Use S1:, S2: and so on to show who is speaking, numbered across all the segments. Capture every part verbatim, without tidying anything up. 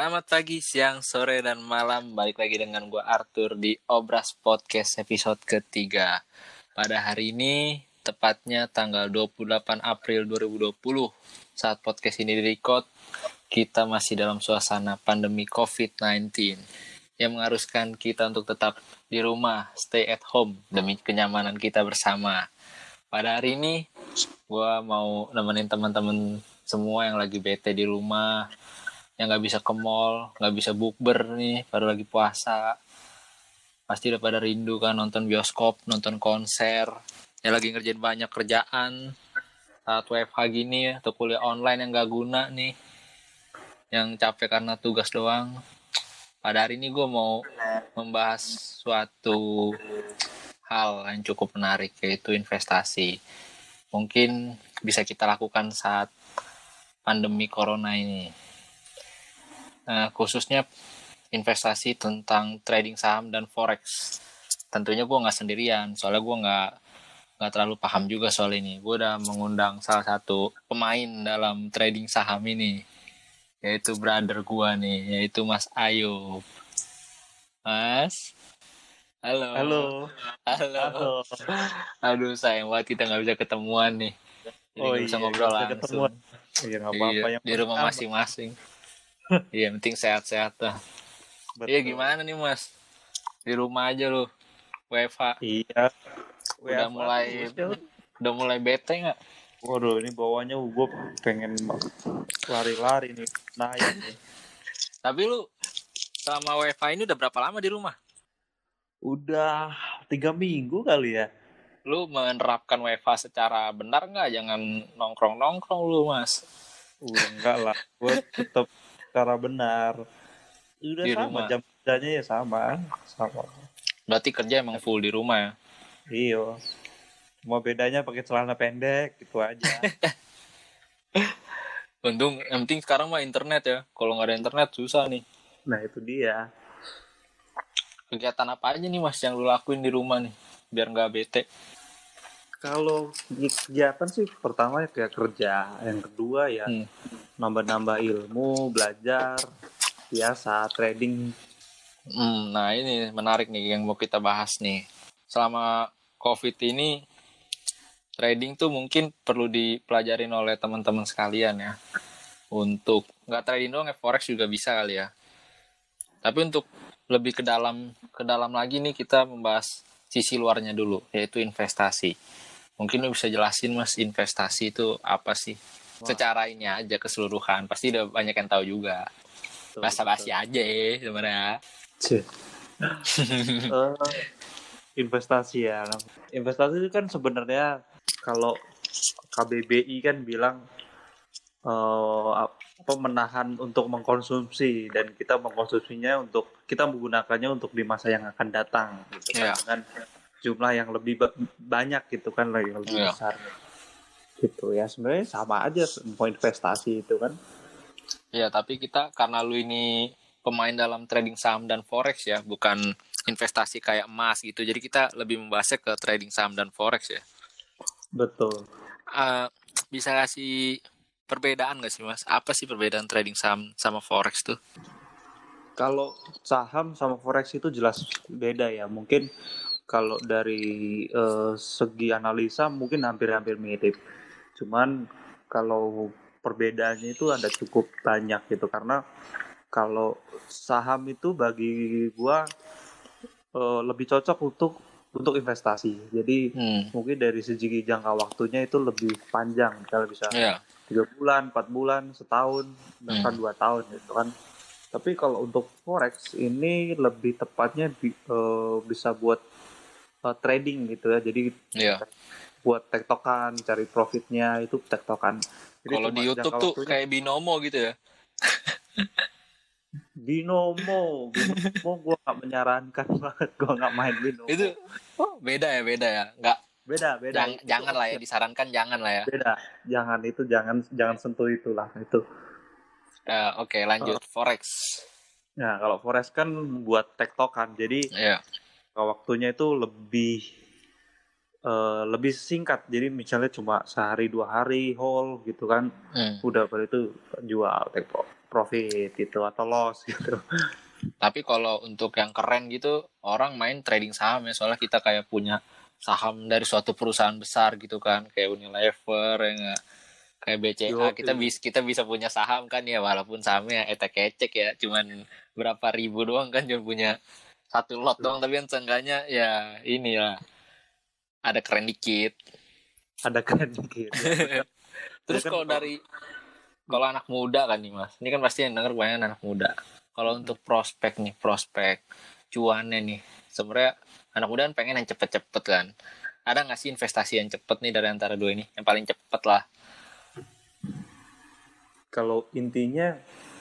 S1: Selamat pagi, siang, sore, dan malam. Balik lagi dengan gue Arthur di Obras Podcast episode ketiga. Pada hari ini, tepatnya tanggal dua puluh delapan April dua ribu dua puluh, saat podcast ini di-record, kita masih dalam suasana pandemi covid sembilan belas yang mengharuskan kita untuk tetap di rumah, stay at home, demi kenyamanan kita bersama. Pada hari ini, gue mau nemenin teman-teman semua yang lagi bete di rumah, yang nggak bisa ke mall, nggak bisa bukber nih, baru lagi puasa. Pasti udah pada rindu kan nonton bioskop, nonton konser, yang lagi ngerjain banyak kerjaan saat W F H gini atau kuliah online yang nggak guna nih, yang capek karena tugas doang. Pada hari ini gue mau membahas suatu hal yang cukup menarik, yaitu investasi. Mungkin bisa kita lakukan saat pandemi corona ini. Nah, khususnya investasi tentang trading saham dan forex. Tentunya gue nggak sendirian, soalnya gue nggak nggak terlalu paham juga soal ini. Gue udah mengundang salah satu pemain dalam trading saham ini, yaitu brother gue nih, yaitu Mas Ayub. Mas, halo.
S2: Halo.
S1: Halo.
S2: Halo.
S1: Aduh, sayang banget kita nggak bisa ketemuan nih. Jadi
S2: Oh
S1: nggak bisa
S2: iya,
S1: ngobrol
S2: bisa
S1: langsung.
S2: ketemuan. Iya nggak apa-apa,
S1: Iya,
S2: yang
S1: di rumah
S2: pertama.
S1: masing-masing. Iya, yang penting sehat-sehat dah.
S2: Betul.
S1: Iya, gimana nih Mas? Di rumah aja lu, W F H.
S2: Iya.
S1: Udah
S2: W F H
S1: mulai
S2: terus,
S1: udah mulai bete nggak?
S2: Waduh, ini bawahnya gue pengen lari-lari nih, naik nih.
S1: Tapi lu selama W F H ini udah berapa lama di rumah?
S2: Udah tiga minggu kali ya.
S1: Lu menerapkan W F H secara benar nggak? Jangan nongkrong-nongkrong lu, Mas.
S2: Udah enggak lah, gue tetap secara benar. Udah
S1: Di
S2: sama,
S1: rumah.
S2: jam kerjanya ya sama, sama.
S1: Berarti kerja emang full di rumah ya?
S2: Iya. Cuma bedanya pakai celana pendek gitu aja.
S1: Untung, yang penting sekarang mah internet ya. Kalau nggak ada internet susah nih.
S2: Nah itu dia.
S1: Kegiatan apa aja nih Mas yang lu lakuin di rumah nih? Biar nggak bete.
S2: Kalau kegiatan sih pertama ya kayak kerja, yang kedua ya
S1: Hmm.
S2: nambah-nambah ilmu, belajar, biasa, trading.
S1: Hmm, nah ini menarik nih yang mau kita bahas nih. Selama COVID ini, trading tuh mungkin perlu dipelajarin oleh teman-teman sekalian ya. Untuk nggak trading doang ya, forex juga bisa kali ya. Tapi untuk lebih ke dalam ke dalam lagi nih, kita membahas sisi luarnya dulu, yaitu investasi. Mungkin lu bisa jelasin Mas, investasi itu apa sih? Secara ini aja keseluruhan, pasti udah banyak yang tahu juga. Basa-basi aja ya sebenarnya.
S2: uh, investasi ya. Investasi itu kan sebenarnya kalau K B B I kan bilang uh, apa menahan untuk mengkonsumsi, dan kita mengkonsumsinya untuk kita menggunakannya untuk di masa yang akan datang gitu kan,
S1: Yeah.
S2: dengan jumlah yang lebih ba- banyak gitu kan, lebih
S1: Yeah.
S2: besar gitu ya. Sebenarnya sama aja mau investasi itu kan.
S1: Ya, tapi kita karena lu ini pemain dalam trading saham dan forex ya, bukan investasi kayak emas gitu. Jadi kita lebih membahasnya ke trading saham dan forex ya.
S2: Betul.
S1: Uh, bisa kasih perbedaan nggak sih Mas? Apa sih perbedaan trading saham sama forex tuh?
S2: Kalau saham sama forex itu jelas beda ya. Mungkin kalau dari uh, segi analisa mungkin hampir-hampir mirip. Cuman kalau perbedaannya itu ada cukup banyak gitu, karena kalau saham itu bagi gua uh, lebih cocok untuk untuk investasi. Jadi
S1: Hmm.
S2: mungkin dari segi jangka waktunya itu lebih panjang, misalnya bisa
S1: Yeah.
S2: tiga bulan, empat bulan, setahun, bahkan
S1: Hmm.
S2: dua tahun gitu kan. Tapi kalau untuk forex ini lebih tepatnya bi, uh, bisa buat uh, trading gitu ya. Jadi
S1: Yeah.
S2: buat tektokan, cari profitnya itu tektokan. Jadi
S1: kalau
S2: cuma
S1: di YouTube
S2: jangka
S1: tuh
S2: waktunya
S1: kayak binomo gitu ya.
S2: binomo, binomo gue nggak menyarankan banget, gue nggak main binomo.
S1: Itu oh, beda ya, beda ya. Nggak
S2: Beda, beda.
S1: jang,
S2: Itu
S1: jangan lah ya,
S2: option.
S1: disarankan jangan lah ya.
S2: Beda, jangan itu, jangan jangan sentuh itulah itu.
S1: Uh, Oke, okay, lanjut forex.
S2: Nah, kalau forex kan buat tektokan, jadi
S1: Yeah.
S2: waktunya itu lebih uh, lebih singkat. Jadi misalnya cuma sehari dua hari hold gitu kan,
S1: Hmm.
S2: udah pada itu jual tektok profit gitu atau loss gitu.
S1: Tapi kalau untuk yang keren gitu, orang main trading saham ya, soalnya kita kayak punya saham dari suatu perusahaan besar gitu kan, kayak Unilever ya nggak? Kayak B C A,
S2: Yo,
S1: kita bisa kita bisa punya saham kan ya, walaupun sahamnya etek-ecek ya, cuman berapa ribu doang kan, cuma punya satu lot doang, tapi kan seenggaknya ya ini ya ada keren dikit.
S2: ada keren dikit. Ya,
S1: Terus
S2: ya kan
S1: kalau
S2: kalau
S1: dari kalau anak muda kan nih mas, ini kan pasti yang denger banyak anak muda. Kalau untuk prospek nih, prospek cuannya nih, sebenarnya anak muda kan pengen yang cepet-cepet kan. Ada nggak sih investasi yang cepet nih dari antara dua ini? Yang paling cepet lah.
S2: kalau intinya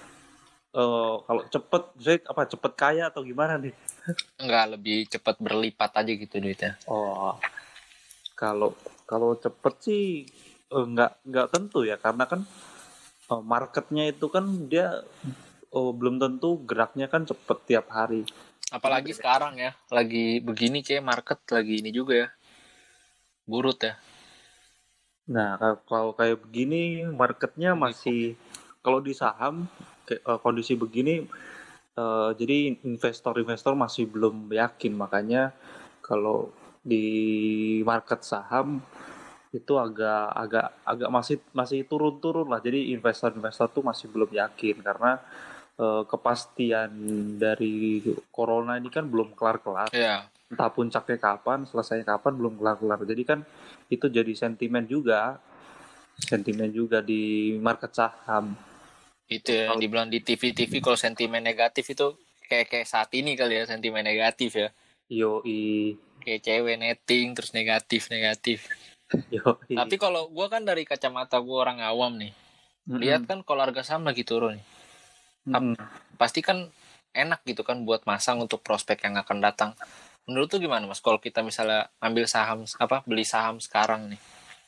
S2: eh kalau cepet, saya apa cepet kaya atau gimana nih?
S1: Nggak, lebih cepet berlipat aja gitu duitnya.
S2: Oh, kalau kalau cepet sih eh, nggak nggak tentu ya karena kan eh, marketnya itu kan dia oh, belum tentu geraknya kan cepet tiap hari. Jadi
S1: Apalagi
S2: beda.
S1: sekarang ya, lagi begini kayak market lagi ini juga ya, burut ya.
S2: Nah, ka- kalau kayak begini marketnya
S1: Lagi kok.
S2: masih kalau di saham kayak, eh, kondisi begini eh, jadi investor-investor masih belum yakin makanya kalau di market saham itu agak agak agak masih masih turun-turun lah. Jadi investor-investor tuh masih belum yakin karena eh, kepastian dari corona ini kan belum kelar-kelar.
S1: Ya,
S2: Entah puncaknya kapan, selesainya kapan belum kelar-kelar. Jadi kan itu jadi sentimen juga, sentimen juga di market saham.
S1: itu ya, yang
S2: Kalau
S1: dibilang di T V T V kalau sentimen negatif itu kayak kayak saat ini kali ya, sentimen negatif ya.
S2: yoi,
S1: Kayak cewek netting terus negatif negatif. Tapi
S2: yoi,
S1: kalau gue kan dari kacamata gue orang awam nih, lihat
S2: mm-mm,
S1: kan kalau harga saham lagi turun nih,
S2: mm-mm.
S1: pasti kan enak gitu kan buat masang untuk prospek yang akan datang. Menurut tuh gimana mas? Kalau kita misalnya ambil saham apa beli saham sekarang nih,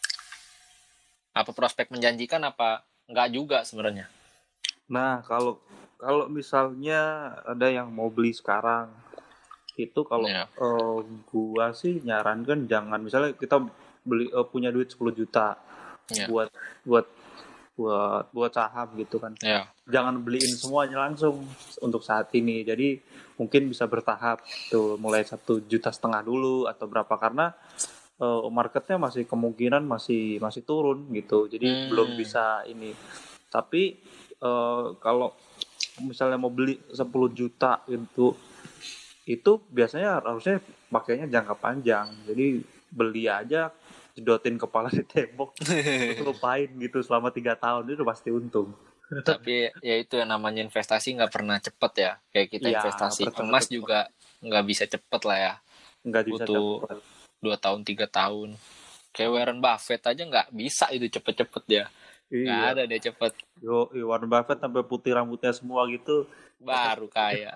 S1: apa prospek menjanjikan apa enggak juga sebenarnya?
S2: Nah, kalau kalau misalnya ada yang mau beli sekarang, itu kalau
S1: Ya,
S2: eh, gua sih nyarankan jangan misalnya kita beli eh, punya duit sepuluh juta
S1: ya,
S2: buat buat buat buat saham gitu kan.
S1: ya.
S2: Jangan beliin semuanya langsung untuk saat ini. Jadi mungkin bisa bertahap tuh mulai satu juta setengah dulu atau berapa karena eh, marketnya masih kemungkinan masih masih turun gitu. Jadi belum
S1: Hmm,
S2: bisa ini. Tapi eh, kalau misalnya mau beli sepuluh juta gitu itu biasanya harusnya pakainya jangka panjang. Jadi beli aja jedotin kepala di tembok terus lupain gitu selama tiga tahun itu pasti untung.
S1: tapi ya itu yang namanya investasi nggak pernah cepet ya. Kayak kita
S2: Iya, nggak
S1: investasi
S2: pernah
S1: emas
S2: cepet,
S1: juga nggak bisa cepet lah ya.
S2: nggak bisa
S1: Butuh
S2: cepet.
S1: dua tahun tiga tahun. Kayak Warren Buffett aja nggak bisa itu cepet-cepet dia. Nggak
S2: Iya,
S1: ada dia cepet.
S2: yo, Warren Buffett sampai putih rambutnya semua gitu.
S1: Baru kaya.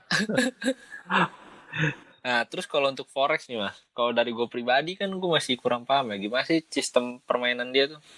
S1: Nah, terus kalau untuk forex nih mas, kalau dari gue pribadi kan gue masih kurang paham ya, gimana sih sistem permainan dia tuh?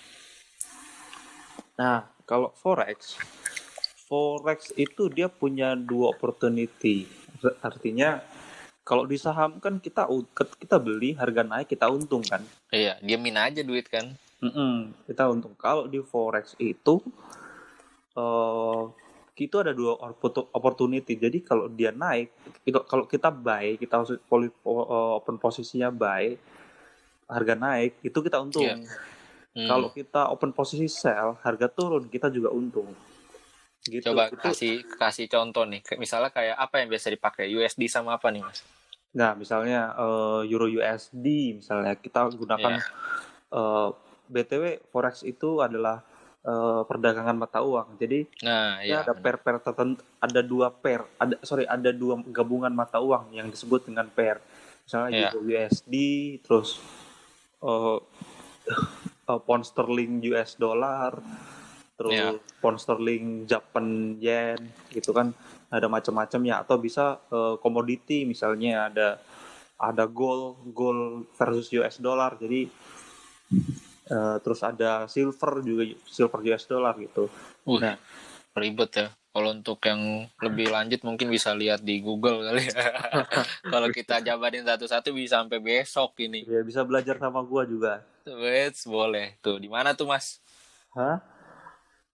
S2: Nah, kalau forex, forex itu dia punya dua opportunity. Artinya kalau di saham kan kita kita beli harga naik kita untung kan.
S1: Iya, diamin aja duit kan.
S2: Mm-mm, kita untung. Kalau di forex itu eh itu ada dua opportunity. Jadi kalau dia naik, itu kalau kita buy, kita open posisinya buy, harga naik, itu kita
S1: Iya.
S2: untung.
S1: Hmm.
S2: Kalau kita open posisi sell, harga turun, kita juga untung. Gitu.
S1: Coba
S2: Itu.
S1: kasih kasih contoh nih. Misalnya kayak apa yang biasa dipakai? U S D sama apa nih mas?
S2: Nah, misalnya uh, Euro U S D, misalnya kita gunakan
S1: Iya.
S2: uh, B T W forex itu adalah uh, perdagangan mata uang. Jadi
S1: Nah,
S2: ya
S1: iya
S2: ada
S1: benar.
S2: pair-pair tertentu, ada dua pair, ada sorry ada dua gabungan mata uang yang disebut dengan pair. Misalnya
S1: Iya.
S2: Euro U S D, terus uh, uh, pound sterling U S dollar,
S1: Iya.
S2: terus pound sterling Japan yen, gitu kan ada macam-macamnya atau bisa komoditi uh, misalnya ada ada gold gold versus U S dollar jadi uh, terus ada silver juga silver U S dollar gitu.
S1: Wih,
S2: Nah,
S1: ribet ya. Kalau untuk yang lebih lanjut mungkin bisa lihat di Google kali ya. Kalau kita jabarin satu-satu bisa sampai besok ini.
S2: ya bisa belajar sama gua juga.
S1: Wait, boleh. Tuh, di mana tuh, Mas?
S2: Hah?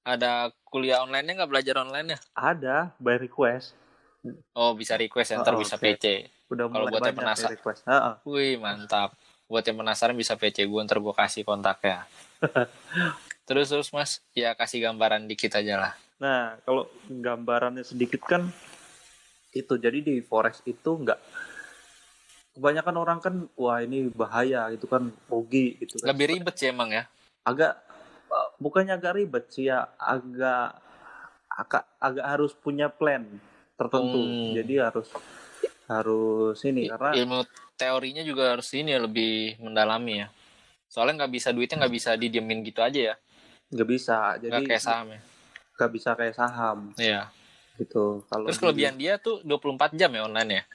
S1: ada kuliah online-nya nggak, belajar online-nya?
S2: Ada by request.
S1: Oh, bisa request ya,
S2: Oh,
S1: ntar
S2: oh,
S1: bisa
S2: oke.
S1: P C.
S2: Udah
S1: Kalau
S2: mulai
S1: buat yang
S2: banyak nih
S1: penasaran,
S2: request. Heeh.
S1: wih mantap. Buat yang penasaran bisa P C gue, ntar gue kasih kontaknya. Terus terus Mas, ya kasih gambaran dikit aja lah.
S2: Nah, kalau gambarannya sedikit kan itu, jadi di forex itu nggak, kebanyakan orang kan wah ini bahaya gitu kan, rugi gitu kan.
S1: Lebih ribet sih emang ya.
S2: Agak eh, bukannya agak ribet sih ya, agak agak agak harus punya plan tertentu.
S1: Hmm,
S2: Jadi harus harus ini
S1: i-
S2: karena
S1: ilmu teorinya juga harus ini ya, lebih mendalami ya. Soalnya nggak bisa, duitnya nggak bisa didiemin gitu aja ya.
S2: nggak bisa.
S1: Nggak
S2: Jadi
S1: kayak saham ya.
S2: nggak bisa kayak saham
S1: Iya.
S2: gitu. Kalau
S1: Terus
S2: di
S1: kelebihan dia tuh dua puluh empat jam ya online ya.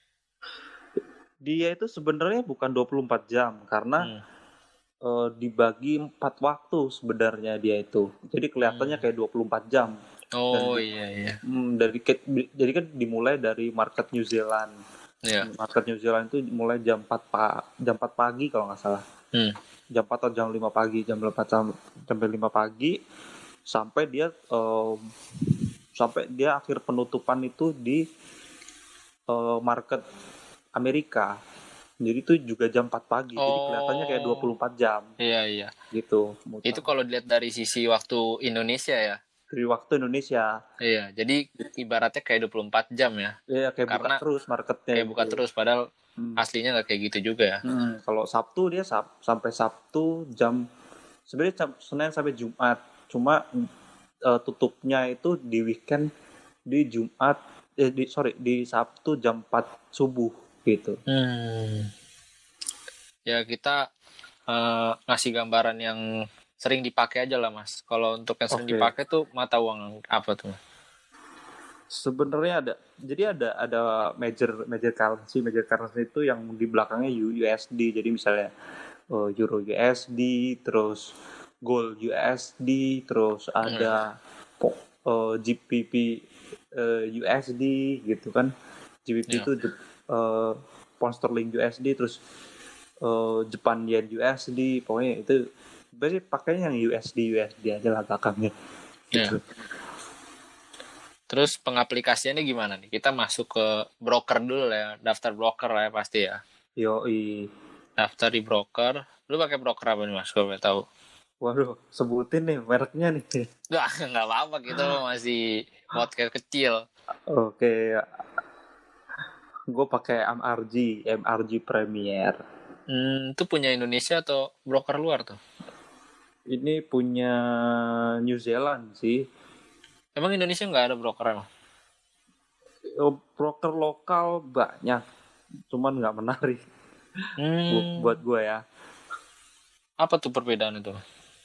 S2: dia itu sebenarnya bukan dua puluh empat jam karena
S1: Hmm.
S2: eh, dibagi empat waktu sebenarnya dia itu. Jadi kelihatannya
S1: Hmm.
S2: kayak dua puluh empat jam. Dan
S1: Oh
S2: di-
S1: iya iya.
S2: hmm, dari ke- jadi kan dimulai dari market New Zealand.
S1: Iya.
S2: Market New Zealand itu mulai jam empat pa- jam empat pagi kalau nggak salah.
S1: Hmm.
S2: Jam empat atau jam lima pagi, jam empat jam, sampai lima pagi sampai dia eh, sampai dia akhir penutupan itu di eh, market Amerika. Jadi itu juga jam empat pagi. Jadi kelihatannya kayak dua puluh
S1: Oh
S2: empat jam
S1: iya iya.
S2: gitu.
S1: Itu
S2: Muter.
S1: kalau dilihat dari sisi waktu Indonesia ya.
S2: Dari waktu Indonesia.
S1: Iya, jadi ibaratnya kayak dua puluh empat jam ya.
S2: Ya kayak buka
S1: Karena
S2: terus marketnya
S1: kayak buka
S2: gitu.
S1: terus, padahal
S2: Hmm.
S1: aslinya nggak kayak gitu juga ya.
S2: Hmm, Kalau Sabtu dia sab- sampai Sabtu jam, sebenarnya jam Senin sampai Jumat. Cuma eh, tutupnya itu di weekend di Jumat eh, di sorry di Sabtu jam empat subuh gitu.
S1: Hmm. Ya kita eh, ngasih gambaran yang sering dipakai aja lah Mas. Kalau untuk yang sering
S2: Oke.
S1: dipakai tuh mata uang apa tuh?
S2: Sebenarnya ada, jadi ada ada major major currency major currency itu yang di belakangnya U S D. Jadi misalnya eh, Euro U S D, terus Gold U S D, terus ada po- eh, G B P eh, U S D gitu kan. G B P
S1: Ya.
S2: itu Jep- eh, pound sterling U S D, terus eh, Japan yen U S D, pokoknya itu berarti pakainya yang U S D U S D aja lah belakangnya gitu.
S1: Terus pengaplikasiannya gimana nih? Kita masuk ke broker dulu lah ya, daftar broker lah ya pasti ya.
S2: Yoi.
S1: Daftar di broker. Lu pakai broker apa nih Mas? Gue boleh tahu.
S2: Waduh, sebutin nih mereknya nih.
S1: Nggak, nggak apa-apa, kita masih podcast kecil.
S2: Oke, gue pakai M R G, M R G Premier.
S1: Hmm, itu punya Indonesia atau broker luar tuh?
S2: Ini punya New Zealand sih.
S1: Emang Indonesia nggak ada broker emang?
S2: Eh, Broker lokal banyak, cuman nggak menarik bu-
S1: Hmm,
S2: buat gue ya.
S1: apa tuh perbedaan itu?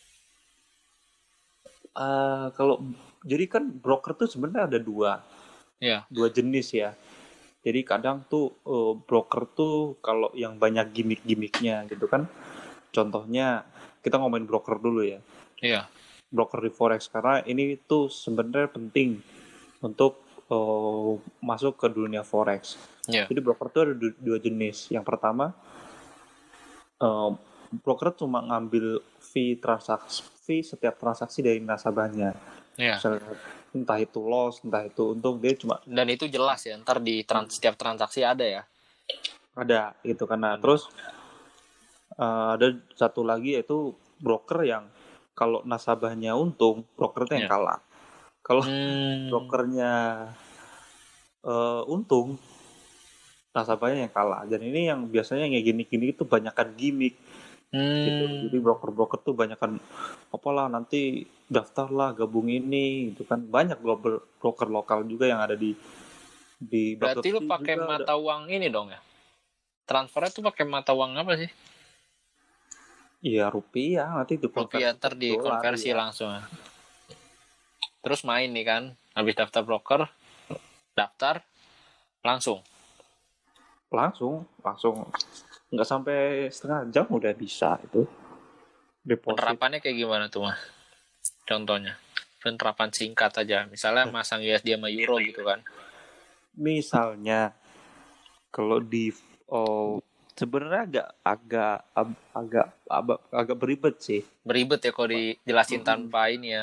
S2: Eh, kalau jadi kan broker tuh sebenarnya ada dua,
S1: Ya,
S2: dua jenis ya. Jadi kadang tuh eh, broker tuh kalau yang banyak gimmick-gimmicknya gitu kan. Contohnya kita ngomongin broker dulu ya.
S1: iya.
S2: Broker di forex karena ini tuh sebenarnya penting untuk eh, masuk ke dunia forex.
S1: Iya.
S2: Jadi broker tuh ada du- dua jenis. Yang pertama eh, broker cuma ngambil fee transaksi fee setiap transaksi dari nasabahnya.
S1: Iya.
S2: Misalnya, entah itu loss, entah itu untung, dia cuma
S1: Dan itu jelas ya, ntar di trans- setiap transaksi ada ya.
S2: ada gitu karena
S1: Ada.
S2: terus eh, ada satu lagi yaitu broker yang kalau nasabahnya untung, brokernya yang
S1: Iya.
S2: kalah. Kalau
S1: Hmm,
S2: brokernya eh, untung, nasabahnya yang kalah. Dan ini yang biasanya yang gini-gini itu banyakkan gimmick gitu.
S1: hmm,
S2: Jadi broker-broker tuh banyakkan apalah nanti daftarlah gabung ini gitu kan. Banyak global broker lokal juga yang ada di di
S1: berarti lu
S2: Bubble Tea
S1: pakai
S2: juga ada.
S1: mata uang ini dong ya? Transfernya tuh pakai mata uang apa sih?
S2: Iya rupiah, nanti dikonversi
S1: Rupiah, ntar
S2: ke dolar,
S1: dikonversi
S2: ya.
S1: langsung. Terus main nih kan, habis daftar broker, daftar langsung.
S2: Langsung, langsung nggak sampai setengah jam udah bisa itu deposit.
S1: Penerapannya kayak gimana tuh Mas? Contohnya, penerapan singkat aja. Misalnya masang U S D sama Euro gitu kan.
S2: Misalnya kalau di oh, sebenarnya agak agak agak agak agak beribet sih.
S1: Beribet ya kalau dijelasin
S2: Mm-mm.
S1: tanpa ini ya.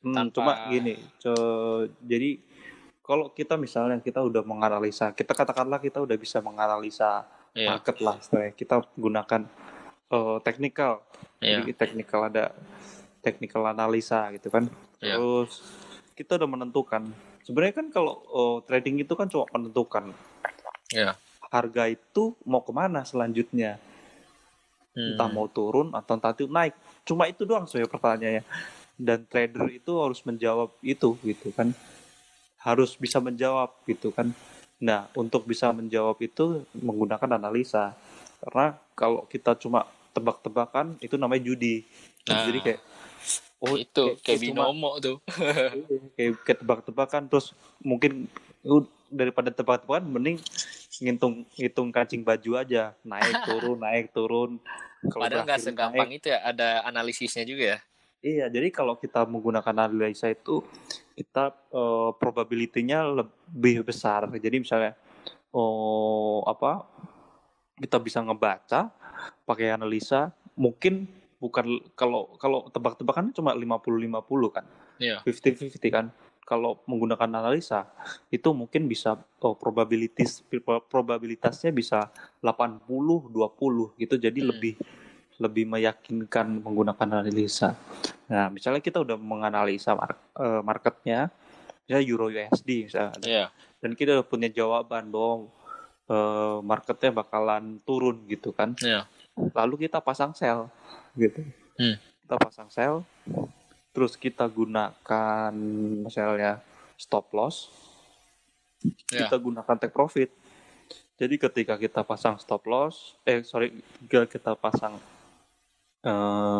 S2: Hmm,
S1: tanpa
S2: cuma gini, co- jadi kalau kita misalnya kita udah menganalisa, kita katakanlah kita udah bisa menganalisa
S1: iya
S2: market lah, istilahnya. Kita gunakan eh, technical,
S1: iya
S2: jadi technical ada technical analisa gitu kan.
S1: iya
S2: Terus kita udah menentukan. Sebenarnya kan kalau eh, trading itu kan cuma menentukan
S1: iya
S2: harga itu mau kemana selanjutnya, entah
S1: hmm.
S2: mau turun atau nanti naik. Cuma itu doang sebenarnya pertanyaannya. Dan trader itu harus menjawab itu gitu kan, harus bisa menjawab gitu kan. Nah, untuk bisa menjawab itu menggunakan analisa. Karena kalau kita cuma tebak-tebakan itu namanya judi. Jadi
S1: Nah
S2: kayak oh
S1: itu
S2: kayak,
S1: kayak
S2: kayak cuma
S1: binomo tuh.
S2: kayak, kayak tebak-tebakan terus mungkin uh, daripada tebak-tebakan mending ngitung ngitung kancing baju aja, naik turun naik turun, kalau
S1: Padahal nggak
S2: berhasil
S1: segampang
S2: naik.
S1: itu ya, ada analisisnya juga ya.
S2: Iya, jadi kalau kita menggunakan analisa itu kita eh, probability-nya lebih besar. Jadi misalnya oh apa kita bisa ngebaca pakai analisa, mungkin bukan kalau kalau tebak-tebakan cuma lima puluh lima puluh kan.
S1: Iya
S2: lima puluh lima puluh kan. Kalau menggunakan analisa itu mungkin bisa oh, probabilitas probabilitasnya bisa delapan puluh dua puluh gitu. Jadi
S1: hmm.
S2: lebih lebih meyakinkan menggunakan analisa. Nah, misalnya kita udah menganalisa mar- eh, marketnya, ya Euro U S D misalnya,
S1: Iya
S2: dan kita udah punya jawaban dong, eh, marketnya bakalan turun gitu kan.
S1: iya
S2: Lalu kita pasang sell gitu.
S1: hmm.
S2: Kita pasang sell, terus kita gunakan misalnya stop loss,
S1: iya
S2: kita gunakan take profit. Jadi ketika kita pasang stop loss, eh sorry, ketika kita pasang eh,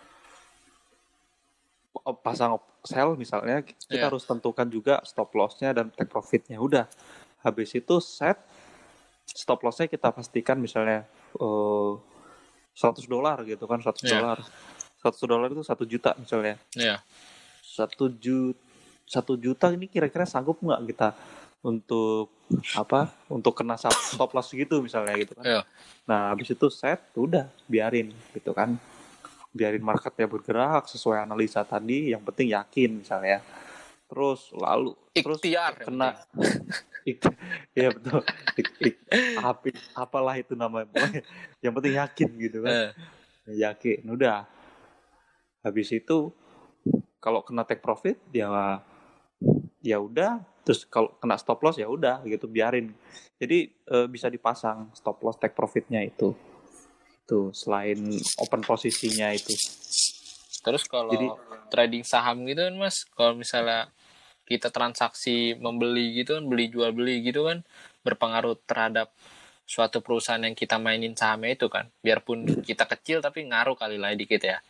S2: pasang sell misalnya, kita
S1: iya
S2: harus tentukan juga stop loss-nya dan take profit-nya. Udah. Habis itu set stop loss-nya kita pastikan misalnya eh, seratus dolar gitu kan, seratus
S1: iya
S2: dolar. seratus dolar itu satu juta misalnya.
S1: iya
S2: Satu juta satu juta ini kira-kira sanggup nggak kita untuk apa? Untuk kena stop loss gitu misalnya gitu kan.
S1: iya
S2: Nah, habis itu set udah biarin gitu kan. Biarin marketnya bergerak sesuai analisa tadi, yang penting yakin misalnya. Terus lalu terus
S1: ikhtiar yang
S2: kena
S1: penting.
S2: ik- iya betul ik, ik, api, apalah itu namanya, pokoknya yang penting yakin gitu kan.
S1: Eh,
S2: Yakin udah, habis itu kalau kena take profit ya ya udah, terus kalau kena stop loss ya udah gitu biarin. Jadi eh, bisa dipasang stop loss take profitnya itu tuh selain open posisinya itu.
S1: terus
S2: Jadi
S1: kalau trading saham gitu kan mas, kalau misalnya kita transaksi membeli gitu kan, beli jual beli gitu kan, berpengaruh terhadap suatu perusahaan yang kita mainin sahamnya itu kan, biarpun kita kecil tapi ngaruh kali lah dikit ya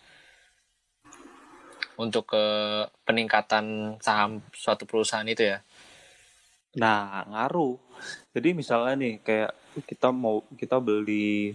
S1: untuk ke peningkatan saham suatu perusahaan itu ya.
S2: nah ngaruh. Jadi misalnya nih kayak kita mau kita beli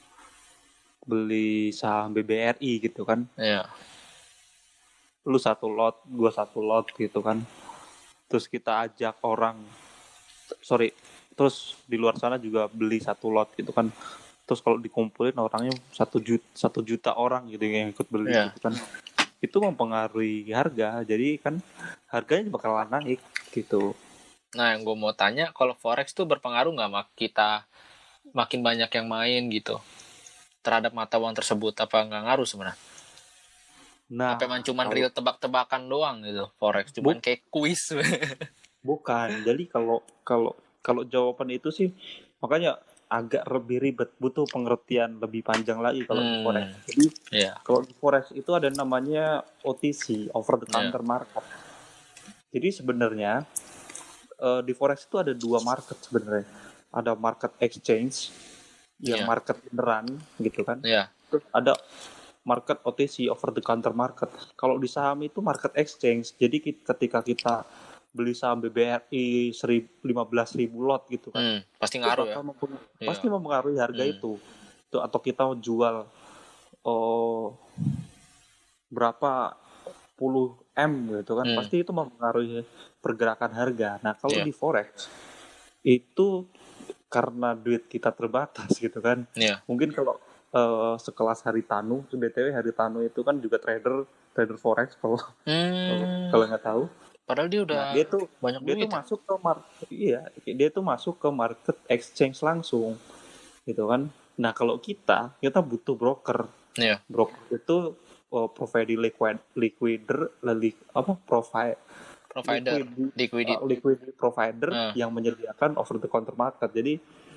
S2: beli saham B B R I gitu kan,
S1: Iya
S2: lu satu lot, gua satu lot gitu kan. Terus kita ajak orang, sorry, terus di luar sana juga beli satu lot gitu kan. Terus kalau dikumpulin orangnya satu juta, satu juta orang gitu yang ikut beli
S1: iya.
S2: gitu kan. Itu mempengaruhi harga, jadi kan harganya bakalan naik gitu.
S1: Nah yang gue mau tanya, kalau forex tuh berpengaruh nggak mak kita makin banyak yang main gitu terhadap mata uang tersebut, apa nggak ngaruh sebenarnya? Apa emang
S2: Nah,
S1: cuman
S2: kalau
S1: real tebak-tebakan doang gitu forex, cuman
S2: bu
S1: kayak kuis.
S2: bukan. Jadi kalau kalau kalau jawaban itu sih makanya agak lebih ribet, butuh pengertian lebih panjang lagi kalau di forex.
S1: hmm
S2: Jadi
S1: iya
S2: kalau di forex itu ada namanya O T C, over the
S1: iya
S2: counter market. Jadi sebenarnya eh, di forex itu ada dua market sebenarnya. Ada market exchange yang
S1: iya
S2: market beneran gitu kan.
S1: iya
S2: Terus ada market O T C, over the counter market. Kalau di saham itu market exchange. Jadi ketika kita beli saham B B R I lima belas ribu lot gitu kan,
S1: hmm pasti
S2: itu
S1: ngaruh ya.
S2: bakal mempengaruhi,
S1: Iya
S2: pasti mempengaruhi harga
S1: hmm
S2: itu. Itu atau kita jual oh berapa puluh M gitu kan,
S1: hmm
S2: pasti itu mempengaruhi pergerakan harga. Nah, kalau
S1: iya
S2: di forex itu karena duit kita terbatas gitu kan.
S1: iya
S2: Mungkin kalau uh, sekelas Haritanu. B T W Haritanu itu kan juga trader trader forex kalau
S1: Hmm.
S2: kalau nggak tahu.
S1: Padahal dia udah
S2: Nah, dia tuh
S1: banyak
S2: dia
S1: duit.
S2: tuh masuk ke market, iya, dia tuh masuk ke market exchange langsung, gitu kan. Nah, kalau kita kita butuh broker.
S1: Iya.
S2: Broker itu oh, providing liquid liquider, li, apa provide
S1: Provider,
S2: liquid
S1: liquidity.
S2: uh, liquidity provider
S1: Uh.
S2: yang menyediakan over the counter market. Jadi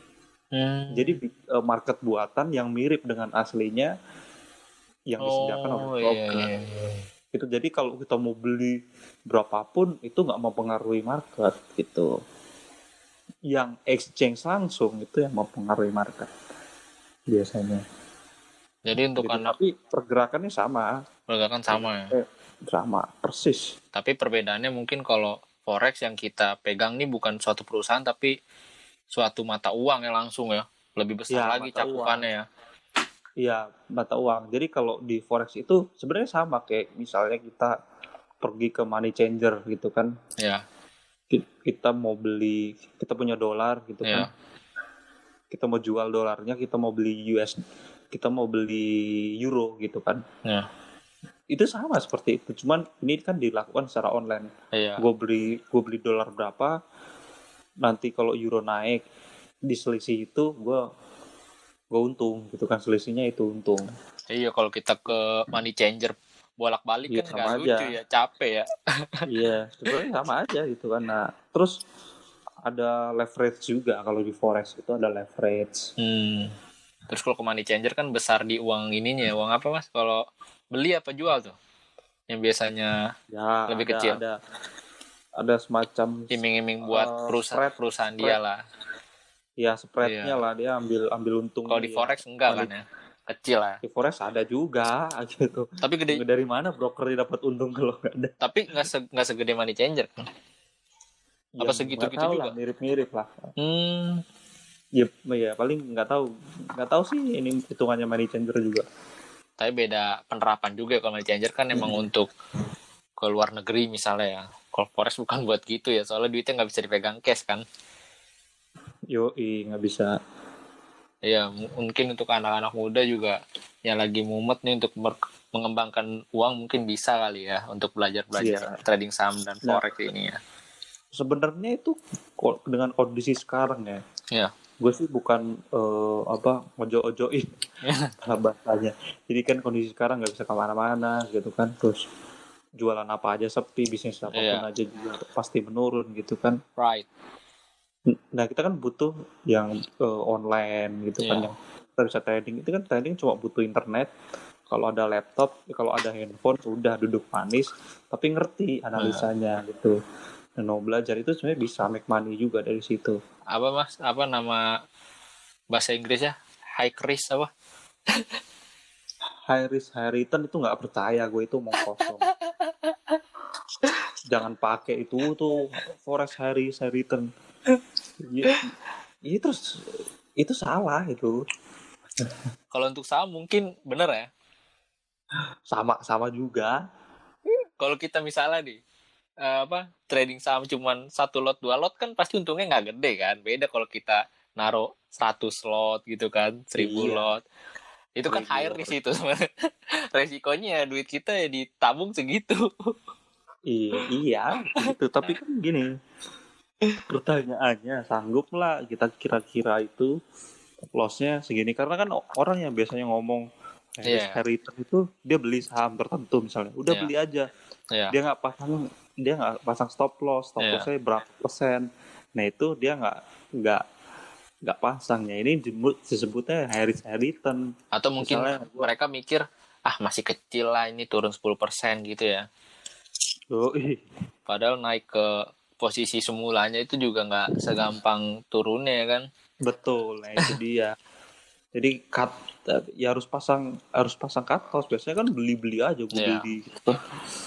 S1: Hmm.
S2: jadi uh, market buatan yang mirip dengan aslinya yang disediakan
S1: Oh,
S2: oleh
S1: iya,
S2: broker.
S1: iya, iya.
S2: Itu jadi kalau kita mau beli berapapun itu nggak mempengaruhi market gitu. Yang exchange langsung itu yang mempengaruhi market biasanya.
S1: Jadi untuk
S2: Gitu.
S1: anak
S2: Tapi pergerakannya sama.
S1: pergerakan sama ya.
S2: Eh, sama persis.
S1: Tapi perbedaannya mungkin kalau forex yang kita pegang nih bukan suatu perusahaan tapi suatu mata uang ya langsung ya. Lebih besar
S2: Ya,
S1: lagi
S2: mata
S1: cakupannya
S2: uang.
S1: ya.
S2: Iya, mata uang. Jadi kalau di forex itu sebenarnya sama kayak misalnya kita pergi ke money changer gitu kan.
S1: Ya.
S2: Kita mau beli, kita punya dolar gitu
S1: Ya.
S2: kan. Kita mau jual dolarnya, kita mau beli U S, kita mau beli euro gitu kan.
S1: Ya.
S2: Itu sama seperti itu, cuman ini kan dilakukan secara online.
S1: Iya.
S2: Gue beli gue beli dolar berapa, nanti kalau euro naik di selisih itu gue gue untung gitu kan, selisihnya itu untung.
S1: Iya, kalau kita ke money changer bolak-balik
S2: Iya,
S1: kan
S2: sama
S1: nggak
S2: aja.
S1: lucu ya, capek ya.
S2: Iya, sebenarnya sama aja gitu kan. Nah, terus ada leverage juga kalau di forex itu ada leverage.
S1: Hmm. Terus kalau ke money changer kan besar di uang ininya, uang apa mas? Kalau beli apa jual tuh? Yang biasanya
S2: Ya,
S1: lebih
S2: ada,
S1: kecil.
S2: ada ada semacam
S1: iming-iming buat
S2: uh,
S1: perusahaan
S2: spread,
S1: perusahaan
S2: spread.
S1: dia lah.
S2: Ya, spreadnya
S1: Iya.
S2: lah dia ambil ambil untung.
S1: Kalau di forex
S2: ya.
S1: enggak
S2: Money,
S1: kan ya, kecil lah.
S2: di forex ada juga gitu.
S1: Tapi gede.
S2: Dari mana broker dapat untung kalau nggak ada?
S1: Tapi nggak se nggak segede money changer kan? Apa
S2: Ya,
S1: segitu-gitu
S2: tahu
S1: juga?
S2: Lah, mirip-mirip lah.
S1: Hmm.
S2: Ya, ya paling nggak tahu, nggak tahu sih ini hitungannya money changer juga.
S1: Tapi beda penerapan juga kalau money changer kan emang hmm. untuk ke luar negeri misalnya ya. Kalau forex bukan buat gitu ya, soalnya duitnya nggak bisa dipegang cash kan.
S2: Yo, nggak bisa.
S1: Ya mungkin untuk anak-anak muda juga yang lagi mumet nih untuk mengembangkan uang mungkin bisa kali ya untuk belajar-belajar yeah. trading saham dan forex nah, ini ya.
S2: Sebenarnya itu dengan kondisi sekarang ya.
S1: Ya.
S2: Gue sih bukan uh, apa ojo-ojoin bahasanya. Jadi kan kondisi sekarang nggak bisa kemana-mana gitu kan, terus jualan apa aja sepi, bisnis apapun yeah. aja juga pasti menurun gitu kan.
S1: Right.
S2: Nah kita kan butuh yang uh, online gitu yeah. kan, yang kita bisa trading. Itu kan trading cuma butuh internet. Kalau ada laptop, kalau ada handphone, udah duduk manis, tapi ngerti analisanya yeah. gitu. Dan mau belajar itu sebenarnya bisa make money juga dari situ.
S1: Apa mas? Apa nama bahasa Inggrisnya? High risk apa?
S2: High risk high return itu nggak percaya gue, itu mau kosong. Jangan pakai itu tuh forex high risk high return. Ya, ya terus itu salah itu.
S1: Kalau untuk saham mungkin bener ya?
S2: Sama sama juga.
S1: Kalau kita misalnya nih Uh, apa trading saham cuman satu lot dua lot kan pasti untungnya nggak gede kan. Beda kalau kita naruh seratus lot gitu kan, seribu iya. lot itu kan high risk itu sebenarnya. Resikonya duit kita ya ditabung segitu.
S2: Iya iya gitu. Tapi kan gini, pertanyaannya sanggup lah kita kira-kira itu lossnya segini, karena kan orang yang biasanya ngomong yeah. high return itu dia beli saham tertentu misalnya, udah yeah. beli aja yeah. dia nggak pasang dia nggak pasang stop loss, stop yeah. lossnya berapa persen, nah itu dia nggak nggak nggak pasangnya. Ini disebutnya high risk high return.
S1: Atau mungkin misalnya, mereka mikir ah masih kecil lah ini turun sepuluh persen gitu ya.
S2: Oh, ih.
S1: Padahal naik ke posisi semulanya itu juga nggak segampang turunnya ya kan.
S2: Betul, nah itu dia. Jadi cut ya harus pasang harus pasang cut loss. Biasanya kan beli-beli aja gue yeah. beli gitu.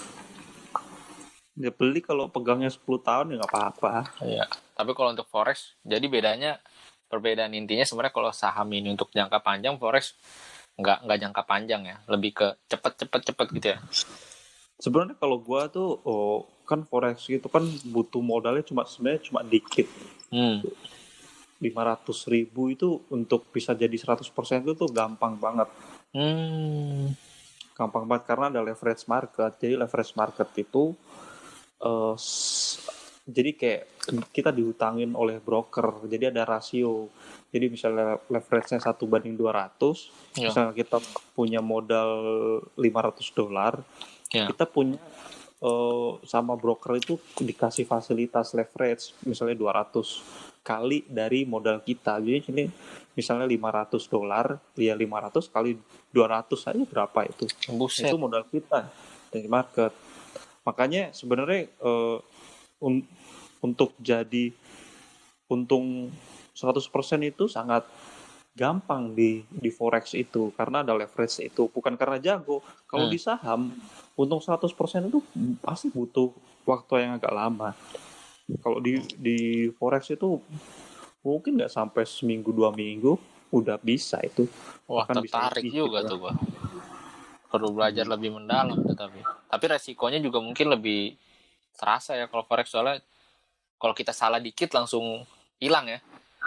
S2: Ya beli kalau pegangnya sepuluh tahun ya nggak apa-apa.
S1: Iya. Tapi kalau untuk forex, jadi bedanya perbedaan intinya sebenarnya kalau saham ini untuk jangka panjang, forex nggak nggak jangka panjang ya, lebih ke cepet cepet cepet gitu ya.
S2: Sebenarnya kalau gua tuh oh, kan forex itu kan butuh modalnya cuma sebenarnya cuma dikit.
S1: Hmm.
S2: lima ratus ribu itu untuk bisa jadi seratus persen itu tuh gampang banget.
S1: Hmm.
S2: Gampang banget karena ada leverage market. Jadi leverage market itu uh, s- jadi kayak kita dihutangin oleh broker. Jadi ada rasio. Jadi misalnya leverage-nya satu banding dua ratus,
S1: Ya.
S2: misalnya kita punya modal lima ratus dolar,
S1: Ya.
S2: kita punya uh, sama broker itu dikasih fasilitas leverage misalnya dua ratus kali dari modal kita. Jadi ini misalnya lima ratus dolar, ya lima ratus kali dua ratus aja berapa itu?
S1: Buset.
S2: Itu modal kita dari market. Makanya sebenarnya uh, un- untuk jadi untung seratus persen itu sangat gampang di di forex itu karena ada leverage itu, bukan karena jago. Kalau
S1: Hmm.
S2: di saham untung seratus persen itu pasti butuh waktu yang agak lama. Kalau di di forex itu mungkin nggak sampai seminggu dua minggu udah bisa itu.
S1: Wah,
S2: Bahkan bisa
S1: tertarik
S2: lebih
S1: juga
S2: gitu.
S1: tuh gua. Perlu belajar
S2: Hmm.
S1: lebih mendalam tuh tapi. Tapi resikonya juga mungkin lebih terasa ya kalau forex, soalnya kalau kita salah dikit langsung hilang ya.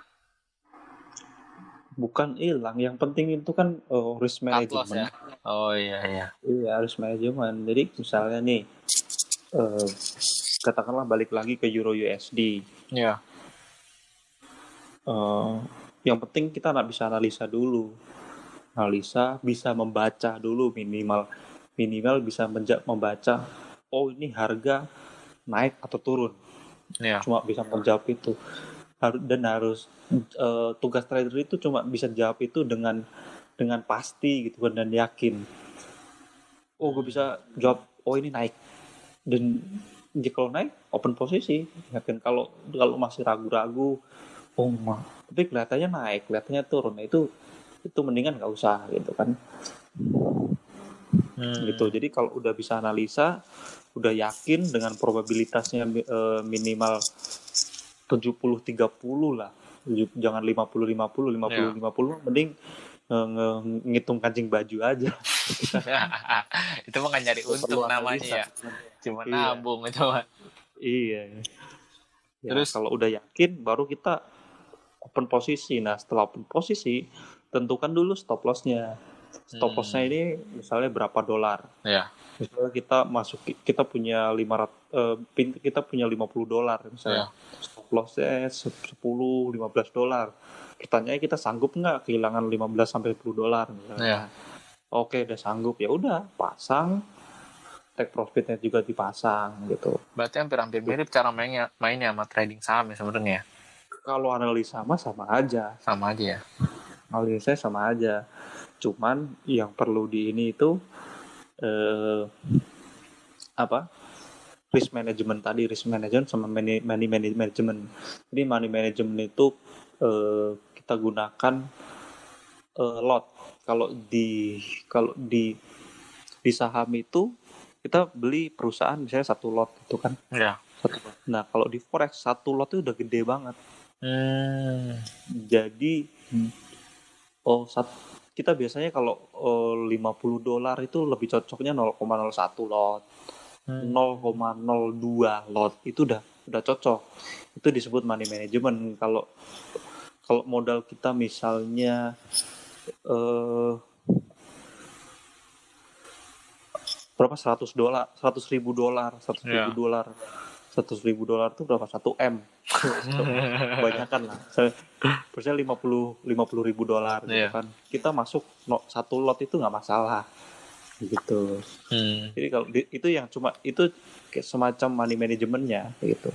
S2: Bukan hilang, yang penting itu kan uh, risk
S1: Cut loss ya.
S2: management.
S1: Oh iya iya.
S2: Iya, risk management. Jadi misalnya nih, uh, katakanlah balik lagi ke euro U S D.
S1: Iya.
S2: Uh, yang penting kita nggak bisa analisa dulu. Analisa bisa membaca dulu minimal minimal bisa menja- membaca, oh ini harga naik atau turun.
S1: Iya.
S2: Cuma bisa menjawab itu. Harus dan harus uh, tugas trader itu cuma bisa jawab itu dengan dengan pasti gitu kan, dan yakin. Oh, gue bisa jawab, oh ini naik. Dan jika kalau naik open posisi, yakin. Kalau kalau masih ragu-ragu, oh mah, tapi kelihatannya naik, kelihatannya turun, nah, itu itu mendingan nggak usah gitu kan.
S1: Hmm.
S2: Gitu. Jadi kalau udah bisa analisa, udah yakin dengan probabilitasnya eh, minimal tujuh puluh tiga puluh lah. Jangan lima puluh lima puluh, lima puluh lima puluh, mending eh, nge- ngitung kancing baju aja.
S1: Itu mah nggak nyari
S2: Nggak perlu
S1: untung namanya
S2: analisa.
S1: ya. Cuma
S2: Iya,
S1: nabung itu mah.
S2: iya. Ya,
S1: Terus
S2: kalau udah yakin baru kita open posisi. Nah, setelah open posisi, tentukan dulu stop loss-nya. Stop loss-nya
S1: hmm,
S2: ini misalnya berapa dolar.
S1: ya.
S2: Misalnya kita masuk, kita punya lima ratus, eh, pin- kita punya lima puluh dolar misalnya.
S1: Ya.
S2: Stop loss-nya sepuluh lima belas dolar. Pertanyaannya, kita sanggup nggak kehilangan lima belas sampai sepuluh dolar misalnya.
S1: Ya.
S2: Oke, udah sanggup, ya udah pasang, take profitnya juga dipasang gitu.
S1: Berarti hampir-hampir mirip cara mainnya mainnya sama trading saham ya sebenarnya.
S2: Kalau analisa mah sama aja.
S1: Sama aja ya.
S2: Analisa sama aja. Cuman yang perlu di ini itu eh, apa? Risk management tadi, risk management sama money, money management. Jadi money management itu eh, kita gunakan eh, lot. Kalau di kalau di di saham itu kita beli perusahaan misalnya satu lot itu kan.
S1: Ya.
S2: Satu lot. Nah, kalau di forex satu lot itu udah gede banget.
S1: Hmm.
S2: Jadi oh sat, kita biasanya kalau oh, lima puluh dolar itu lebih cocoknya nol koma nol satu lot.
S1: Hmm.
S2: nol koma nol dua lot itu udah udah cocok. Itu disebut money management. Kalau kalau modal kita misalnya eh, berapa, seratus dolar, seratus ribu dolar, seratus ribu
S1: Ya.
S2: dolar, seratus ribu dolar itu berapa, satu M. Kebanyakan lah. Misalnya lima puluh lima puluh ribu dolar gitu
S1: Iya.
S2: kan. Kita masuk no, satu lot itu nggak masalah gitu.
S1: Hmm.
S2: Jadi kalau di- itu yang cuma itu kayak semacam money manajemennya gitu.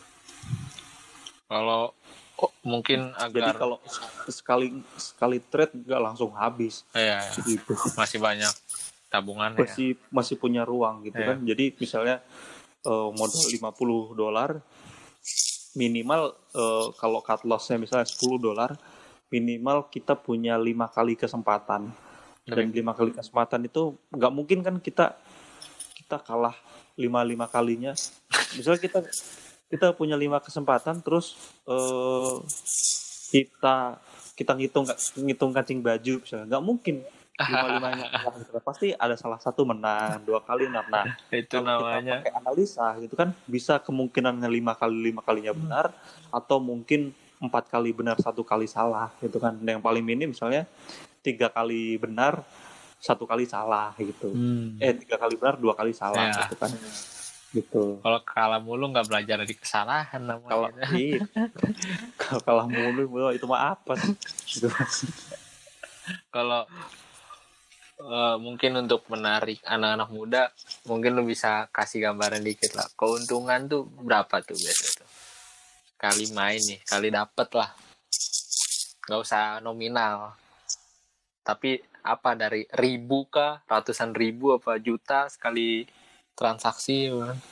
S1: Kalau oh, mungkin
S2: Jadi
S1: agar
S2: kalau sekali sekali trade nggak langsung habis
S1: ya,
S2: gitu.
S1: masih banyak tabungannya ya.
S2: Masih masih punya ruang gitu
S1: Iya.
S2: kan. Jadi misalnya eh, modal lima puluh dolar minimal eh, kalau cut loss-nya misalnya sepuluh dolar, minimal kita punya lima kali kesempatan. Dan
S1: Lebih.
S2: lima kali kesempatan itu nggak mungkin kan kita kita kalah lima lima kalinya. Misalnya kita kita punya lima kesempatan, terus eh, kita kita ngitung ngitung kancing baju misalnya, nggak mungkin lima limanya kalah gitu. Pasti ada salah satu menang, dua kali menang. Nah,
S1: Itu
S2: kalau kita
S1: namanya
S2: pakai analisa gitu kan, bisa kemungkinannya lima kali lima kalinya benar, atau mungkin empat kali benar satu kali salah gitu kan. Yang paling minim misalnya tiga kali benar satu kali salah gitu.
S1: Hmm.
S2: Eh tiga kali benar dua kali salah
S1: Ya.
S2: gitu kan. Gitu.
S1: Kalau kalah mulu nggak belajar dari kesalahan namanya.
S2: Kalau iya, kalau kalah mulu itu mah apa sih? Gitu.
S1: Kalau uh, mungkin untuk menarik anak-anak muda, mungkin lu bisa kasih gambaran dikit lah. Keuntungan tuh berapa tuh biasa tuh? Kali main nih, kali dapet lah. Nggak usah nominal. Tapi apa dari ribu kah, ratusan ribu apa juta sekali transaksi?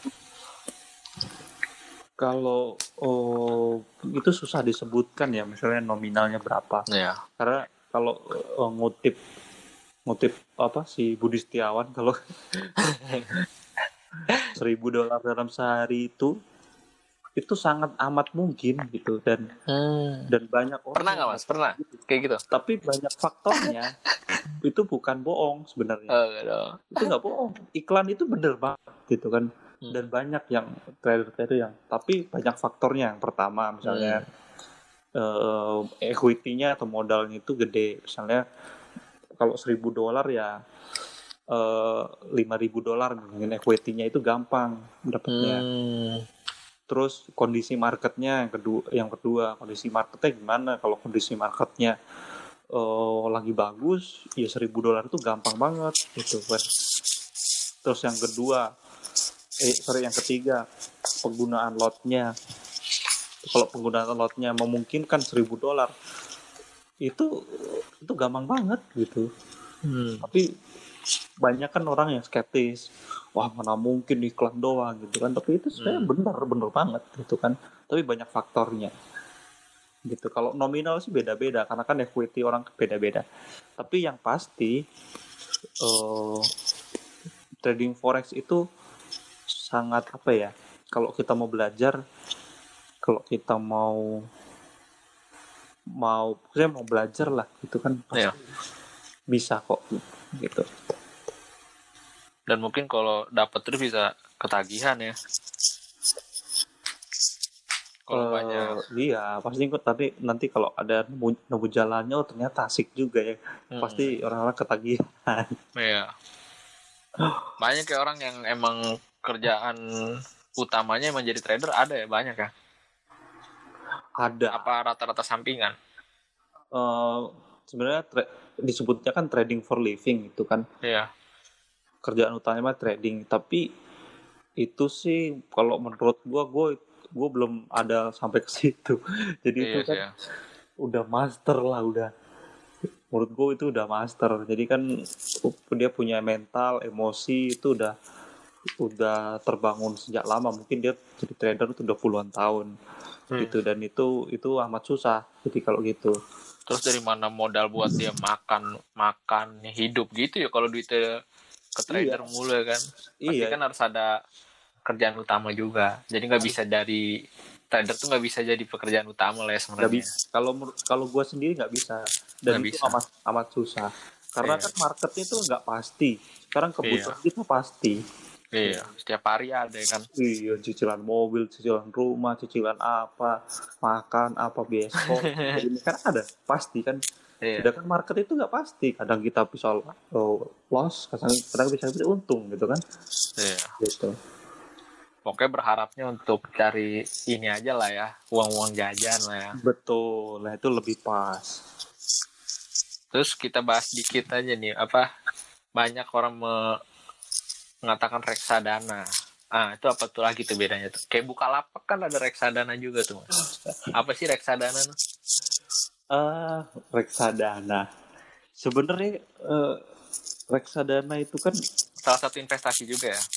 S2: Kalau oh, itu susah disebutkan ya, misalnya nominalnya berapa.
S1: Ya.
S2: Karena kalau oh, ngutip ngutip apa si Budi Setiawan kalau seribu dolar dalam sehari itu itu sangat amat mungkin gitu dan
S1: hmm.
S2: dan banyak orang.
S1: Pernah nggak mas? Pernah gitu. Kayak gitu.
S2: Tapi banyak faktornya. Itu bukan bohong sebenarnya.
S1: Oh, no.
S2: Itu nggak bohong. Iklan itu bener banget gitu kan. Dan banyak yang trader-trader yang tapi banyak faktornya. Yang pertama misalnya hmm. uh, equity-nya atau modalnya itu gede. Misalnya kalau seribu dolar ya uh, lima ribu dolar dengan equity-nya itu gampang dapatnya. Hmm. Terus kondisi marketnya yang kedua, yang kedua kondisi marketnya gimana? Kalau kondisi marketnya uh, lagi bagus, ya seribu dolar itu gampang banget gitu kan. Terus yang kedua Eh, sorry yang ketiga penggunaan lotnya. Kalau penggunaan lotnya memungkinkan seribu dolar, itu itu gampang banget gitu. Hmm. Tapi banyak kan orang yang skeptis, wah mana mungkin iklan doang gitu kan. Tapi itu sebenarnya hmm. benar-benar banget gitu kan. Tapi banyak faktornya. Gitu. Kalau nominal sih beda-beda karena kan equity orang beda-beda. Tapi yang pasti uh, trading forex itu sangat apa ya, kalau kita mau belajar, kalau kita mau mau saya mau belajar lah gitu kan pasti ya. Bisa kok gitu.
S1: Dan mungkin kalau dapat terus bisa ketagihan ya.
S2: Kalau uh, banyak iya pasti kok, tapi nanti kalau ada nemu, nemu jalannya oh ternyata asik juga ya. Hmm. Pasti orang-orang ketagihan.
S1: Iya. Banyak kayak orang yang emang kerjaan utamanya emang jadi trader ada ya, banyak ya?
S2: Ada.
S1: Apa rata-rata sampingan?
S2: Uh, sebenarnya tra- disebutnya kan trading for living itu kan.
S1: Iya.
S2: Kerjaan utamanya trading, tapi itu sih kalau menurut gua gua gua belum ada sampai ke situ. Jadi iya, itu kan iya. Udah master lah udah. Menurut gua itu udah master. Jadi kan dia punya mental, emosi itu udah udah terbangun sejak lama. Mungkin dia jadi trader itu udah puluhan tahun hmm. gitu, dan itu itu amat susah jadi kalau gitu.
S1: Terus dari mana modal buat dia makan makan hidup gitu ya kalau duitnya ke trader iya. mulu kan pasti iya. Kan harus ada kerjaan utama juga, jadi nggak bisa dari trader tuh nggak bisa jadi pekerjaan utama lah ya sebenarnya.
S2: Kalau kalau gue sendiri nggak bisa dan gak itu bisa. amat amat susah karena iya. Kan marketnya itu nggak pasti. Sekarang kebutuhan iya. Kita pasti.
S1: Iya, setiap hari ada kan.
S2: Iya, cicilan mobil, cicilan rumah, cicilan apa, makan apa besok. Ini kan ada, pasti kan. Iya. Sedangkan market itu nggak pasti. Kadang kita bisa oh, loss, kadang, kadang bisa untung gitu kan.
S1: Iya.
S2: Gitu.
S1: Pokoknya berharapnya untuk cari ini aja lah ya, uang-uang jajan lah ya.
S2: Betul, lah itu lebih pas.
S1: Terus kita bahas dikit aja nih, apa banyak orang me mengatakan reksadana. Ah, itu apa tuh lagi tuh bedanya tuh? Kayak Bukalapak kan ada reksadana juga tuh, Mas. Apa sih reksadana tuh?
S2: Uh, reksadana. Sebenarnya uh, reksadana itu kan
S1: salah satu investasi juga ya.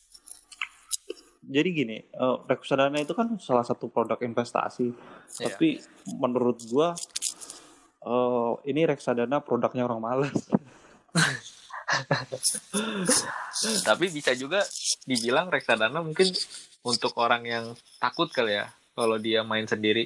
S2: Jadi gini, uh, reksadana itu kan salah satu produk investasi. Yeah. Tapi menurut gua uh, ini reksadana produknya orang malas.
S1: Tapi bisa juga dibilang reksadana mungkin untuk orang yang takut kali ya kalau dia main sendiri.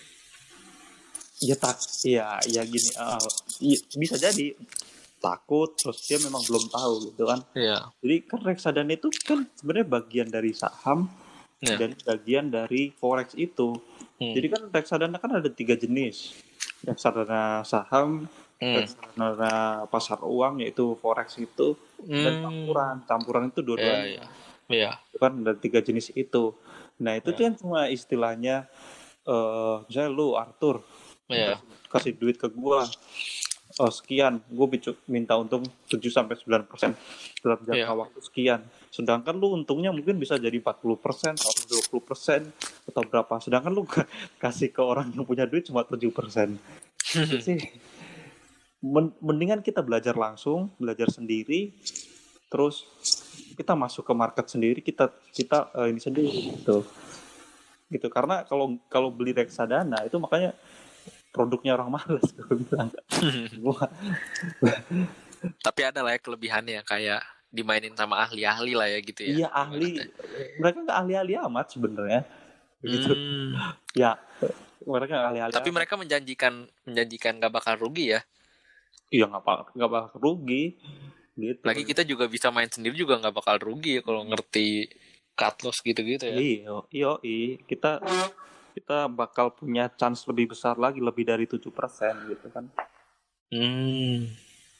S2: Ya tak, ya ya gini, uh, ya, bisa jadi takut terus dia memang belum tahu gitu kan.
S1: Iya.
S2: Jadi kan reksadana itu kan sebenarnya bagian dari saham yeah. dan bagian dari forex itu.
S1: Hmm.
S2: Jadi kan reksadana kan ada tiga jenis. Reksadana saham,
S1: Hmm.
S2: reksadana pasar uang yaitu forex itu, dan
S1: Hmm.
S2: campuran. Campuran itu
S1: Ya,
S2: dua-duanya.
S1: ya. Ya.
S2: Itu kan ada tiga jenis itu. Nah itu
S1: Ya.
S2: kan cuma istilahnya, eh misalnya lu Arthur
S1: Ya.
S2: kasih, kasih duit ke gua, oh, sekian, gue minta untung tujuh sampai sembilan persen dalam jangka
S1: Ya.
S2: waktu sekian. Sedangkan lu untungnya mungkin bisa jadi empat puluh persen atau dua puluh persen atau berapa. Sedangkan lu kasih ke orang yang punya duit cuma tujuh persen. Itu sih men- mendingan kita belajar langsung, belajar sendiri, terus kita masuk ke market sendiri, kita kita uh, ini sendiri gitu. Gitu karena kalau kalau beli reksadana itu makanya produknya orang malas gue bilang. Gua
S1: Tapi ada lah ya kelebihannya kayak dimainin sama ahli-ahli lah ya gitu ya.
S2: iya ahli, mereka nggak ahli-ahli amat sebenarnya begitu.
S1: Hmm.
S2: Ya mereka nggak ahli-ahli
S1: Tapi
S2: amat.
S1: mereka menjanjikan menjanjikan nggak bakal rugi ya.
S2: Iya nggak bakal nggak bakal rugi gitu.
S1: Lagi kita juga bisa main sendiri juga nggak bakal rugi ya kalau ngerti cut loss gitu-gitu ya.
S2: Iya iya kita kita bakal punya chance lebih besar lagi, lebih dari tujuh persen gitu kan.
S1: Hmm.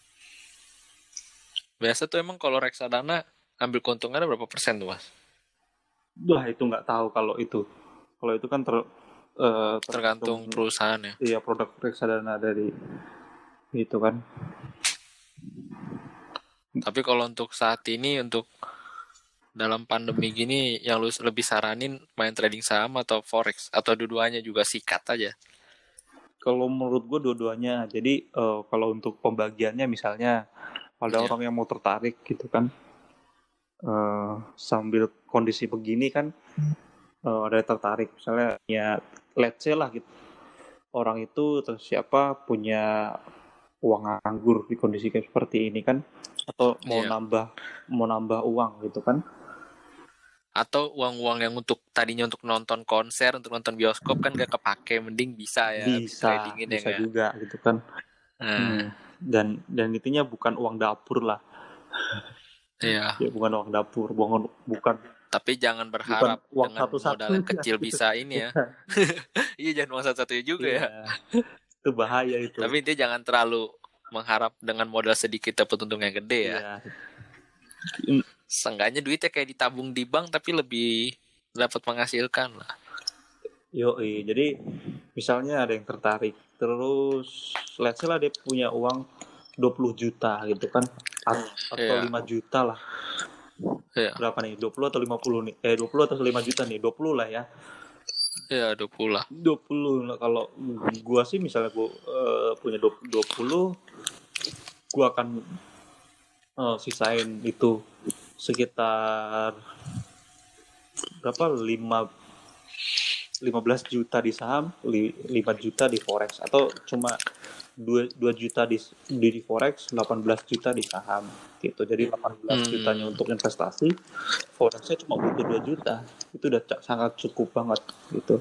S1: Biasa tuh emang kalau reksadana ambil keuntungannya berapa persen tuh mas?
S2: Wah itu nggak tahu kalau itu. Kalau itu kan ter, uh,
S1: tergantung perusahaan ya.
S2: Iya produk reksadana dari itu kan.
S1: Tapi kalau untuk saat ini untuk dalam pandemi gini yang lu lebih saranin main trading saham atau forex atau dua-duanya juga sikat aja?
S2: Kalau menurut gue dua-duanya. Jadi uh, kalau untuk pembagiannya misalnya ada yeah. orang yang mau tertarik gitu kan, uh, sambil kondisi begini kan uh, ada yang tertarik misalnya ya let's say lah gitu, orang itu atau siapa punya uang nganggur di kondisi kayak seperti ini kan, atau mau yeah. nambah mau nambah uang gitu kan,
S1: atau uang-uang yang untuk tadinya untuk nonton konser, untuk nonton bioskop kan gak kepake, mending bisa ya
S2: bisa
S1: tradingin
S2: bisa
S1: ya
S2: juga gitu kan. Nah. hmm. dan dan itunya bukan uang dapur lah.
S1: Iya.
S2: Ya bukan uang dapur, bukan bukan.
S1: Tapi jangan berharap
S2: uang
S1: dengan
S2: satu-satu
S1: modal yang kecil bisa ini ya. Iya jangan uang satu-satunya juga
S2: iya.
S1: ya.
S2: Itu bahaya itu.
S1: Tapi intinya jangan terlalu mengharap dengan modal sedikit dapat untung yang gede ya.
S2: Iya.
S1: Seenggaknya duitnya kayak ditabung di bank tapi lebih dapat menghasilkan lah.
S2: Yoi, jadi misalnya ada yang tertarik, terus let's say lah dia punya uang dua puluh juta gitu kan, atau yeah. lima juta lah. Yeah. Berapa nih? dua puluh atau lima puluh nih? Eh dua puluh atau lima juta nih? dua puluh lah ya.
S1: Iya, yeah, dua puluh lah.
S2: dua puluh lah. Kalau gua sih misalnya gua uh, punya dua puluh, gua akan uh, sisain itu sekitar berapa? lima belas juta di saham, lima juta di forex, atau cuma dua juta di, di forex, delapan belas juta di saham gitu. Jadi delapan belas hmm. jutanya untuk investasi, forexnya cuma butuh dua juta. Itu udah c- sangat cukup banget gitu.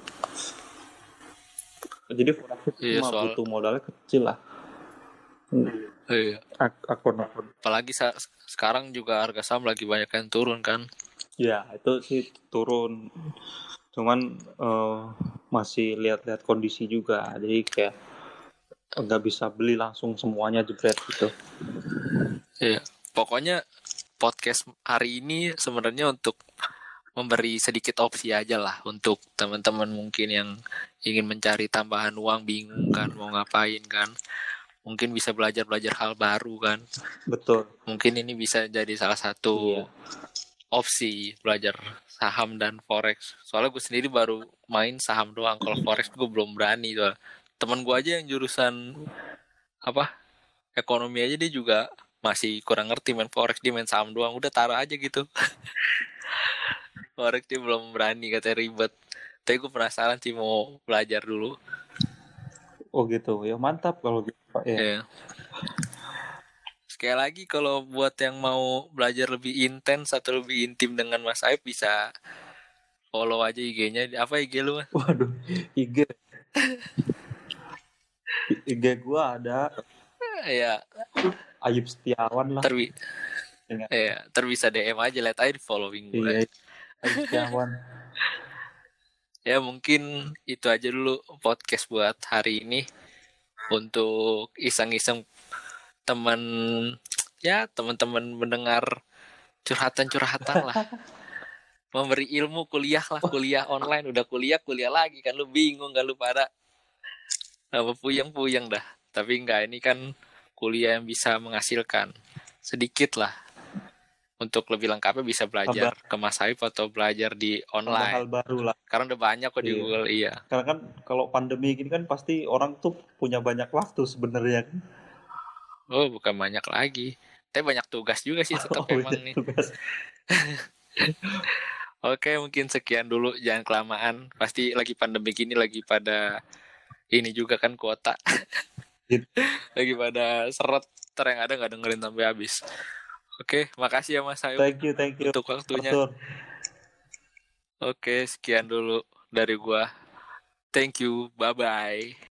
S2: Jadi forex itu iya, cuma soal... butuh modalnya kecil lah.
S1: Hmm. Iya.
S2: Akun-akun.
S1: Apalagi sa- sekarang juga harga saham lagi banyak yang turun kan?
S2: Ya, itu sih turun. Cuman uh, masih lihat-lihat kondisi juga, jadi kayak nggak bisa beli langsung semuanya jebret gitu.
S1: Iya, pokoknya podcast hari ini sebenarnya untuk memberi sedikit opsi aja lah untuk teman-teman mungkin yang ingin mencari tambahan uang, bingung kan mau ngapain kan, mungkin bisa belajar-belajar hal baru kan.
S2: Betul.
S1: Mungkin ini bisa jadi salah satu iya. opsi belajar saham dan forex. Soalnya gue sendiri baru main saham doang. Kalau forex gue belum berani tuh. Temen gue aja yang jurusan apa ekonomi aja dia juga masih kurang ngerti main forex, dia main saham doang. Udah taruh aja gitu. Forex dia belum berani, katanya ribet. Tapi gue penasaran sih mau belajar dulu.
S2: Oh gitu, ya mantap kalau gitu Pak ya.
S1: Yeah. Sekali lagi kalau buat yang mau belajar lebih intens atau lebih intim dengan Mas Aib bisa follow aja I G-nya. Apa I G lu?
S2: Waduh, I G. I G gua ada.
S1: Ya.
S2: Ayub Setiawan lah.
S1: Terbi. Ya, terbisa D M aja, lihat aja di following gue.
S2: Iya. Ayub Setiawan.
S1: Ya mungkin itu aja dulu podcast buat hari ini untuk iseng-iseng teman ya teman-teman mendengar curhatan-curhatan lah, memberi ilmu kuliah lah, kuliah online udah kuliah kuliah lagi kan lu bingung gak lu pada apa puyeng-puyeng dah. Tapi enggak, ini kan kuliah yang bisa menghasilkan sedikit lah. Untuk lebih lengkapnya bisa belajar
S2: tambah
S1: ke Mas Haib atau belajar di
S2: tambah hal
S1: online.
S2: baru lah.
S1: Karena udah banyak kok di
S2: Iya.
S1: Google, iya.
S2: Karena kan kalau pandemi gini kan pasti orang tuh punya banyak waktu sebenarnya kan.
S1: Oh, bukan banyak lagi. Tapi banyak tugas juga sih tetap
S2: Oh,
S1: emang
S2: iya,
S1: nih.
S2: tugas.
S1: Oke, mungkin sekian dulu, jangan kelamaan. Pasti lagi pandemi gini lagi pada ini juga kan kuota.
S2: Gitu.
S1: Lagi pada seret, ter yang ada nggak dengerin sampai habis. Oke, makasih ya Mas Haib
S2: Thank you, thank you.
S1: untuk waktunya.
S2: Arthur.
S1: Oke, sekian dulu dari gua. Thank you, bye-bye.